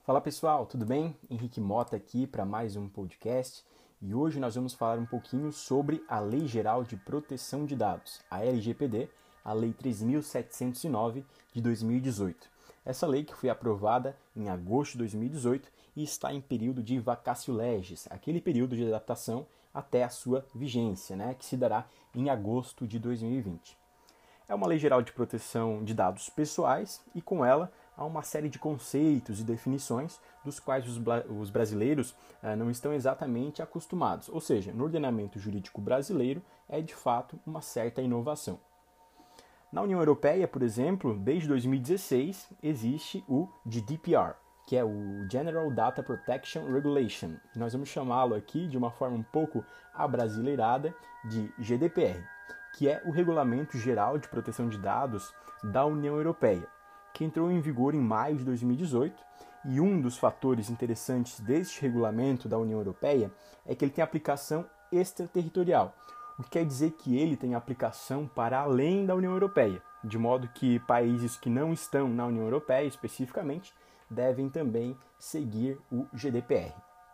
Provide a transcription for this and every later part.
Fala pessoal, tudo bem? Henrique Mota aqui para mais um podcast e hoje nós vamos falar um pouquinho sobre a Lei Geral de Proteção de Dados, a LGPD, a Lei 3.709 de 2018. Essa lei que foi aprovada em agosto de 2018 e está em período de vacatio legis, aquele período de adaptação até a sua vigência, que se dará em agosto de 2020. É uma lei geral de proteção de dados pessoais e com ela há uma série de conceitos e definições dos quais os brasileiros não estão exatamente acostumados. Ou seja, no ordenamento jurídico brasileiro é de fato uma certa inovação. Na União Europeia, por exemplo, desde 2016 existe o GDPR, que é o General Data Protection Regulation. Nós vamos chamá-lo aqui de uma forma um pouco abrasileirada de GDPR, que é o Regulamento Geral de Proteção de Dados da União Europeia, que entrou em vigor em maio de 2018, e um dos fatores interessantes deste regulamento da União Europeia é que ele tem aplicação extraterritorial, o que quer dizer que ele tem aplicação para além da União Europeia, de modo que países que não estão na União Europeia especificamente devem também seguir o GDPR.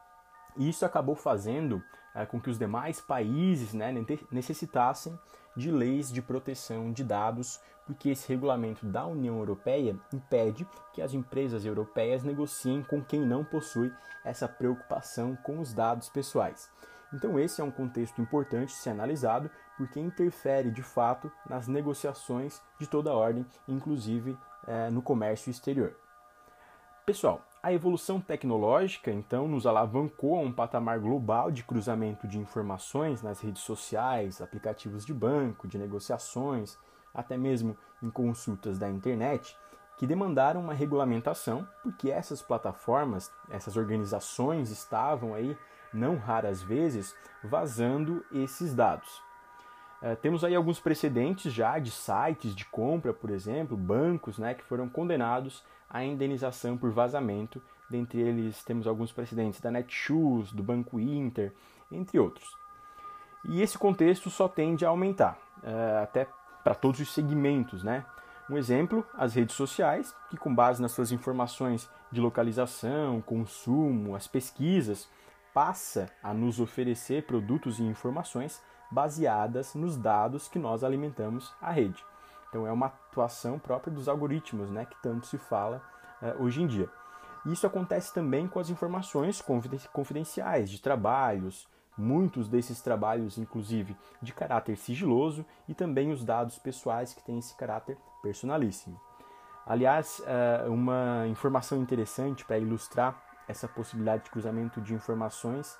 E isso acabou fazendo com que os demais países necessitassem de leis de proteção de dados, porque esse regulamento da União Europeia impede que as empresas europeias negociem com quem não possui essa preocupação com os dados pessoais. Então esse é um contexto importante de ser analisado, porque interfere de fato nas negociações de toda a ordem, inclusive no comércio exterior. Pessoal, a evolução tecnológica, então, nos alavancou a um patamar global de cruzamento de informações nas redes sociais, aplicativos de banco, de negociações, até mesmo em consultas da internet, que demandaram uma regulamentação, porque essas plataformas, essas organizações estavam aí, não raras vezes, vazando esses dados. Temos aí alguns precedentes já de sites de compra, por exemplo, bancos, que foram condenados à indenização por vazamento. Dentre eles temos alguns precedentes da Netshoes, do Banco Inter, entre outros. E esse contexto só tende a aumentar, até para todos os segmentos. Um exemplo, as redes sociais, que com base nas suas informações de localização, consumo, as pesquisas, passa a nos oferecer produtos e informações baseadas nos dados que nós alimentamos à rede. Então é uma atuação própria dos algoritmos, que tanto se fala hoje em dia. Isso acontece também com as informações confidenciais de trabalhos, muitos desses trabalhos, inclusive, de caráter sigiloso, e também os dados pessoais que têm esse caráter personalíssimo. Aliás, uma informação interessante para ilustrar essa possibilidade de cruzamento de informações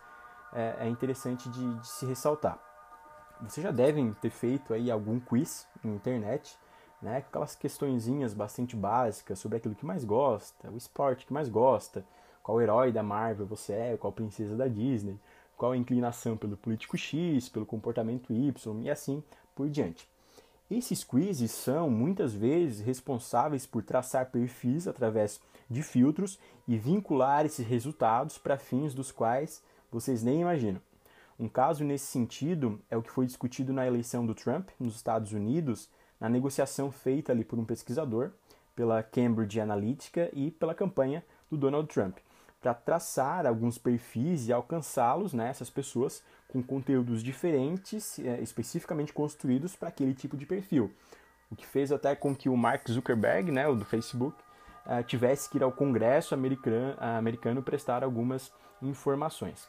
é interessante de se ressaltar. Vocês já devem ter feito aí algum quiz na internet, com aquelas questõezinhas bastante básicas sobre aquilo que mais gosta, o esporte que mais gosta, qual herói da Marvel você é, qual princesa da Disney, qual a inclinação pelo político X, pelo comportamento Y e assim por diante. Esses quizzes são, muitas vezes, responsáveis por traçar perfis através de filtros e vincular esses resultados para fins dos quais vocês nem imaginam. Um caso nesse sentido é o que foi discutido na eleição do Trump nos Estados Unidos, na negociação feita ali por um pesquisador, pela Cambridge Analytica e pela campanha do Donald Trump, para traçar alguns perfis e alcançá-los, essas pessoas, com conteúdos diferentes, especificamente construídos para aquele tipo de perfil. O que fez até com que o Mark Zuckerberg, o do Facebook, tivesse que ir ao Congresso americano prestar algumas informações.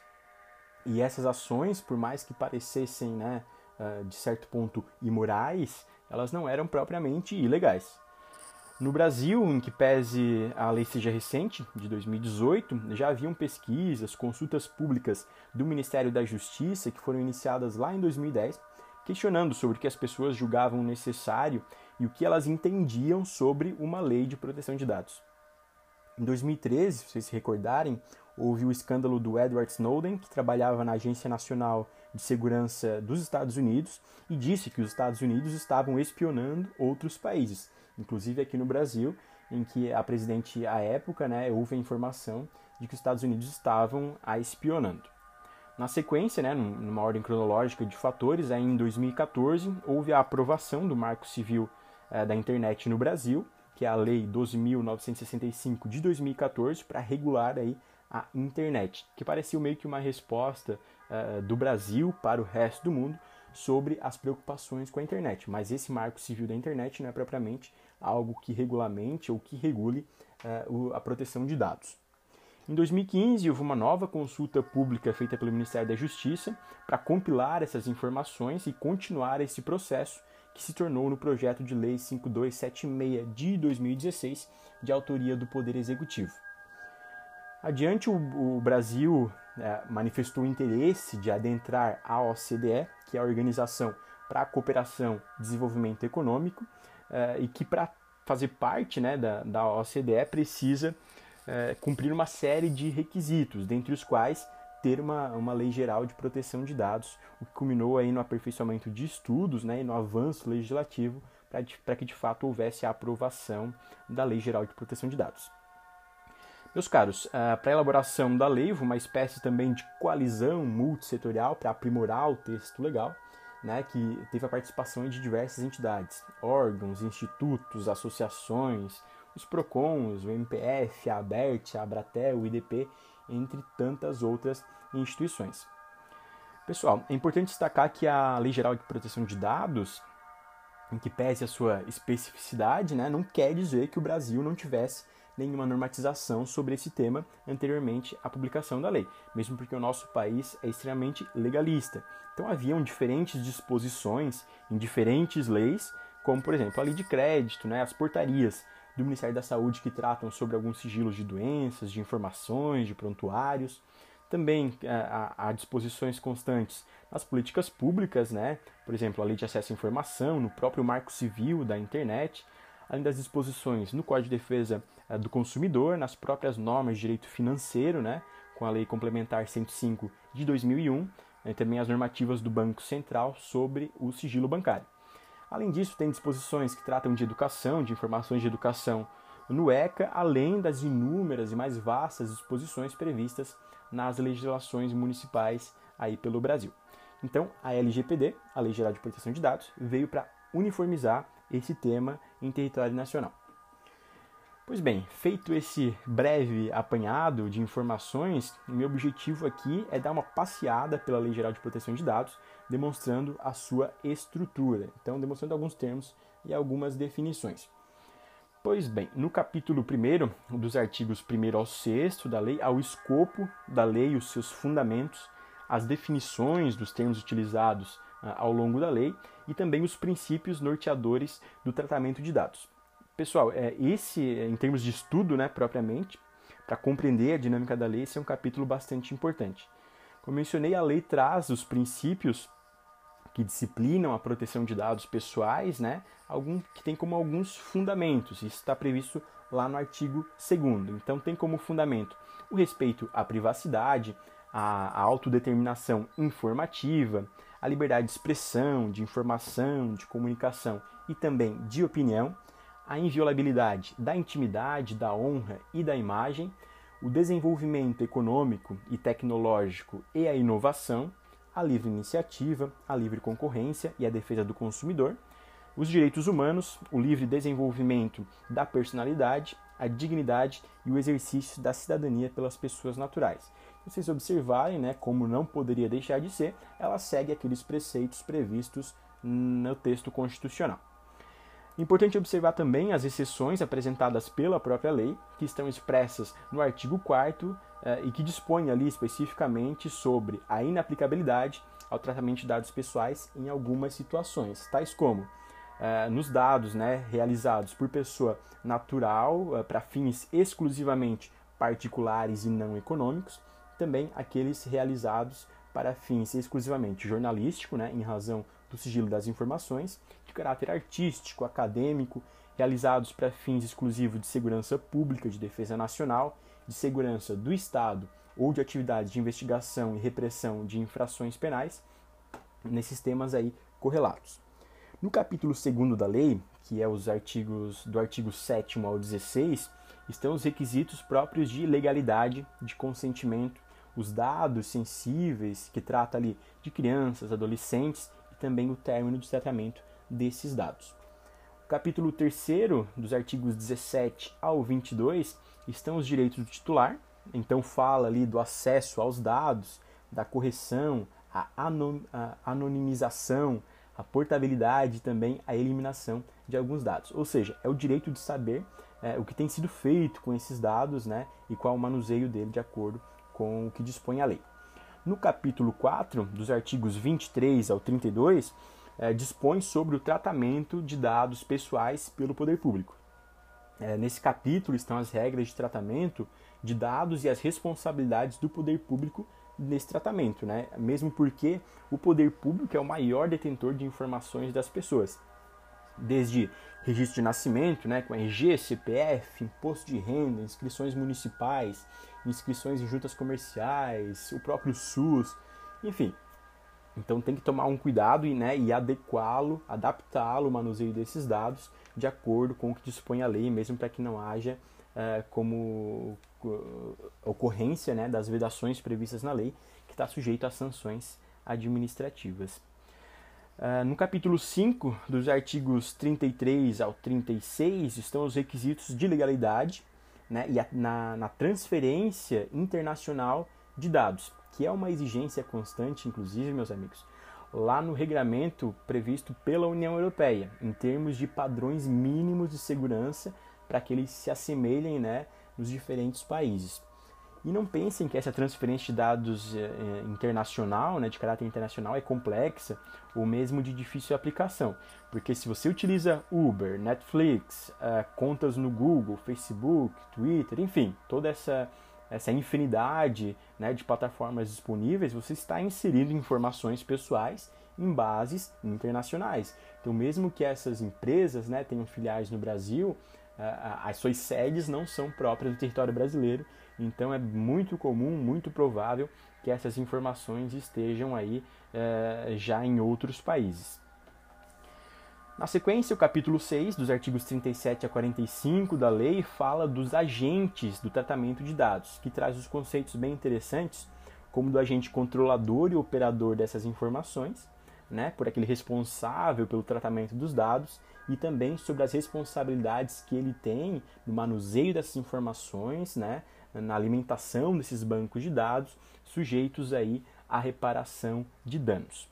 E essas ações, por mais que parecessem, de certo ponto, imorais, elas não eram propriamente ilegais. No Brasil, em que pese a lei seja recente, de 2018, já haviam pesquisas, consultas públicas do Ministério da Justiça que foram iniciadas lá em 2010, questionando sobre o que as pessoas julgavam necessário e o que elas entendiam sobre uma lei de proteção de dados. Em 2013, se vocês se recordarem, houve o escândalo do Edward Snowden, que trabalhava na Agência Nacional de Segurança dos Estados Unidos e disse que os Estados Unidos estavam espionando outros países, inclusive aqui no Brasil, em que a presidente à época, houve a informação de que os Estados Unidos estavam a espionando. Na sequência, numa ordem cronológica de fatores, aí em 2014 houve a aprovação do Marco Civil da Internet no Brasil, que é a Lei 12.965 de 2014, para regular aí a internet, que parecia meio que uma resposta do Brasil para o resto do mundo sobre as preocupações com a internet. Mas esse marco civil da internet não é propriamente algo que regulamente ou que regule a proteção de dados. Em 2015, houve uma nova consulta pública feita pelo Ministério da Justiça para compilar essas informações e continuar esse processo, que se tornou no projeto de lei 5276 de 2016, de autoria do Poder Executivo. Adiante, o Brasil manifestou o interesse de adentrar a OCDE, que é a Organização para a Cooperação e Desenvolvimento Econômico, e que para fazer parte, né, da OCDE precisa cumprir uma série de requisitos, dentre os quais ter uma lei geral de proteção de dados, o que culminou aí no aperfeiçoamento de estudos, né, e no avanço legislativo para que de fato houvesse a aprovação da Lei Geral de Proteção de Dados. Meus caros, para a elaboração da lei, houve uma espécie também de coalizão multissetorial para aprimorar o texto legal, né, que teve a participação de diversas entidades, órgãos, institutos, associações, os PROCONs, o MPF, a ABERT, a Abratel, o IDP, entre tantas outras instituições. Pessoal, é importante destacar que a Lei Geral de Proteção de Dados, em que pese a sua especificidade, né, não quer dizer que o Brasil não tivesse nenhuma normatização sobre esse tema anteriormente à publicação da lei, mesmo porque o nosso país é extremamente legalista. Então haviam diferentes disposições em diferentes leis, como por exemplo a lei de crédito, né, as portarias do Ministério da Saúde que tratam sobre alguns sigilos de doenças, de informações, de prontuários. Também há disposições constantes nas políticas públicas, né? Por exemplo, a Lei de Acesso à Informação, no próprio Marco Civil da Internet, além das disposições no Código de Defesa do Consumidor, nas próprias normas de direito financeiro, né? Com a Lei Complementar 105 de 2001, e também as normativas do Banco Central sobre o sigilo bancário. Além disso, tem disposições que tratam de educação, de informações de educação no ECA, além das inúmeras e mais vastas disposições previstas nas legislações municipais aí pelo Brasil. Então, a LGPD, a Lei Geral de Proteção de Dados, veio para uniformizar esse tema em território nacional. Pois bem, feito esse breve apanhado de informações, meu objetivo aqui é dar uma passeada pela Lei Geral de Proteção de Dados, demonstrando a sua estrutura. Então, demonstrando alguns termos e algumas definições. Pois bem, no capítulo 1º, dos artigos 1º ao 6º da lei, há o escopo da lei e os seus fundamentos, as definições dos termos utilizados ao longo da lei e também os princípios norteadores do tratamento de dados. Pessoal, esse, em termos de estudo, né, propriamente, para compreender a dinâmica da lei, esse é um capítulo bastante importante. Como mencionei, a lei traz os princípios que disciplinam a proteção de dados pessoais, né, que tem como alguns fundamentos. Isso está previsto lá no artigo 2º. Então, tem como fundamento o respeito à privacidade, a autodeterminação informativa, a liberdade de expressão, de informação, de comunicação e também de opinião, a inviolabilidade da intimidade, da honra e da imagem, o desenvolvimento econômico e tecnológico e a inovação, a livre iniciativa, a livre concorrência e a defesa do consumidor, os direitos humanos, o livre desenvolvimento da personalidade, a dignidade e o exercício da cidadania pelas pessoas naturais. Se vocês observarem, né, como não poderia deixar de ser, ela segue aqueles preceitos previstos no texto constitucional. Importante observar também as exceções apresentadas pela própria lei, que estão expressas no artigo 4º e que dispõem ali especificamente sobre a inaplicabilidade ao tratamento de dados pessoais em algumas situações, tais como nos dados, né, realizados por pessoa natural para fins exclusivamente particulares e não econômicos, também aqueles realizados para fins exclusivamente jornalístico, né, em razão do sigilo das informações, de caráter artístico, acadêmico, realizados para fins exclusivos de segurança pública, de defesa nacional, de segurança do Estado ou de atividades de investigação e repressão de infrações penais, nesses temas aí correlatos. No capítulo 2º da lei, que é os artigos do artigo 7º ao 16, estão os requisitos próprios de legalidade, de consentimento, os dados sensíveis, que trata ali de crianças, adolescentes, e também o término de tratamento desses dados. Capítulo 3º, dos artigos 17 ao 22, estão os direitos do titular. Então fala ali do acesso aos dados, da correção, a anonimização, a portabilidade e também a eliminação de alguns dados. Ou seja, é o direito de saber o que tem sido feito com esses dados, né, e qual o manuseio dele de acordo com o que dispõe a lei. No capítulo 4, dos artigos 23 ao 32, dispõe sobre o tratamento de dados pessoais pelo poder público. Nesse capítulo estão as regras de tratamento de dados e as responsabilidades do poder público nesse tratamento, né? Mesmo porque o poder público é o maior detentor de informações das pessoas, desde registro de nascimento, né, com RG, CPF, imposto de renda, inscrições municipais, inscrições em juntas comerciais, o próprio SUS, enfim. Então tem que tomar um cuidado e adequá-lo, adaptá-lo, o manuseio desses dados de acordo com o que dispõe a lei, mesmo para que não haja como ocorrência, né, das vedações previstas na lei, que está sujeito a sanções administrativas. No capítulo 5, dos artigos 33 ao 36, estão os requisitos de legalidade, né, e na transferência internacional de dados, que é uma exigência constante, inclusive, meus amigos, lá no regulamento previsto pela União Europeia, em termos de padrões mínimos de segurança para que eles se assemelhem, né, nos diferentes países. E não pensem que essa transferência de dados internacional, né, de caráter internacional, é complexa ou mesmo de difícil aplicação. Porque se você utiliza Uber, Netflix, contas no Google, Facebook, Twitter, enfim, toda essa infinidade, né, de plataformas disponíveis, você está inserindo informações pessoais em bases internacionais. Então, mesmo que essas empresas, né, tenham filiais no Brasil, as suas sedes não são próprias do território brasileiro, então é muito comum, muito provável que essas informações estejam aí já em outros países. Na sequência, o capítulo 6, dos artigos 37 a 45 da lei, fala dos agentes do tratamento de dados, que traz os conceitos bem interessantes, como do agente controlador e operador dessas informações, né, por aquele responsável pelo tratamento dos dados, e também sobre as responsabilidades que ele tem no manuseio dessas informações, né, na alimentação desses bancos de dados, sujeitos aí à reparação de danos.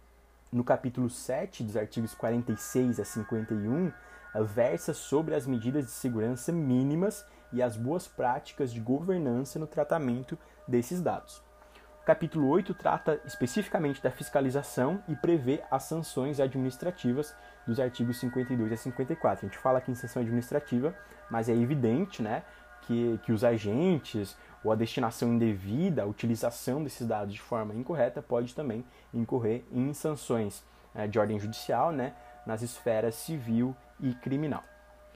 No capítulo 7, dos artigos 46 a 51, versa sobre as medidas de segurança mínimas e as boas práticas de governança no tratamento desses dados. O capítulo 8 trata especificamente da fiscalização e prevê as sanções administrativas dos artigos 52 a 54. A gente fala aqui em sanção administrativa, mas é evidente, né, que os agentes ou a destinação indevida, a utilização desses dados de forma incorreta pode também incorrer em sanções de ordem judicial, né, nas esferas civil e criminal.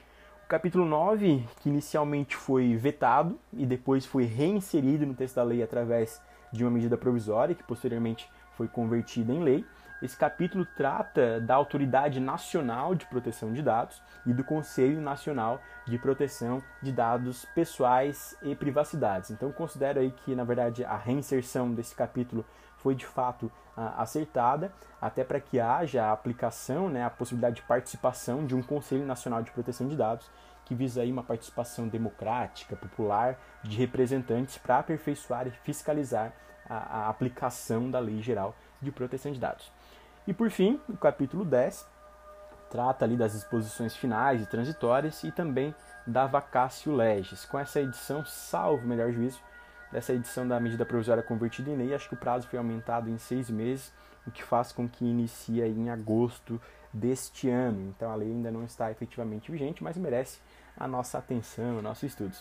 O capítulo 9, que inicialmente foi vetado e depois foi reinserido no texto da lei através de uma medida provisória, que posteriormente foi convertida em lei. Esse capítulo trata da Autoridade Nacional de Proteção de Dados e do Conselho Nacional de Proteção de Dados Pessoais e Privacidades. Então, considero aí que, na verdade, a reinserção desse capítulo foi de fato acertada, até para que haja a aplicação, né, a possibilidade de participação de um Conselho Nacional de Proteção de Dados, que visa aí uma participação democrática, popular, de representantes para aperfeiçoar e fiscalizar a aplicação da Lei Geral de Proteção de Dados. E por fim, o capítulo 10 trata ali das disposições finais e transitórias e também da vacatio legis. Com essa edição, salvo melhor juízo, dessa edição da medida provisória convertida em lei, acho que o prazo foi aumentado em 6 meses, o que faz com que inicie aí em agosto deste ano. Então a lei ainda não está efetivamente vigente, mas merece a nossa atenção, nossos estudos.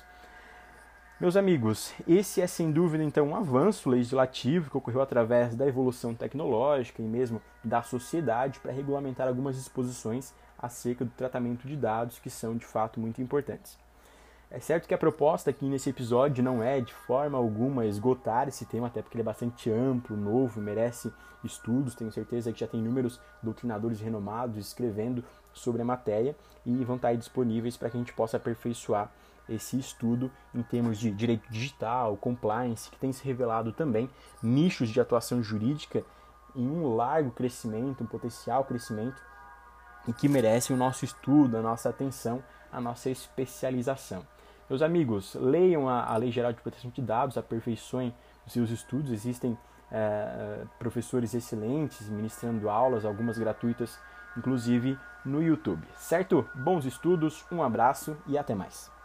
Meus amigos, esse é sem dúvida então um avanço legislativo que ocorreu através da evolução tecnológica e mesmo da sociedade para regulamentar algumas disposições acerca do tratamento de dados que são de fato muito importantes. É certo que a proposta aqui nesse episódio não é de forma alguma esgotar esse tema, até porque ele é bastante amplo, novo, merece estudos, tenho certeza que já tem inúmeros doutrinadores renomados escrevendo sobre a matéria e vão estar aí disponíveis para que a gente possa aperfeiçoar esse estudo em termos de direito digital, compliance, que tem se revelado também nichos de atuação jurídica em um largo crescimento, um potencial crescimento e que merecem o nosso estudo, a nossa atenção, a nossa especialização. Meus amigos, leiam a Lei Geral de Proteção de Dados, aperfeiçoem os seus estudos. Existem professores excelentes ministrando aulas, algumas gratuitas, inclusive no YouTube. Certo? Bons estudos, um abraço e até mais.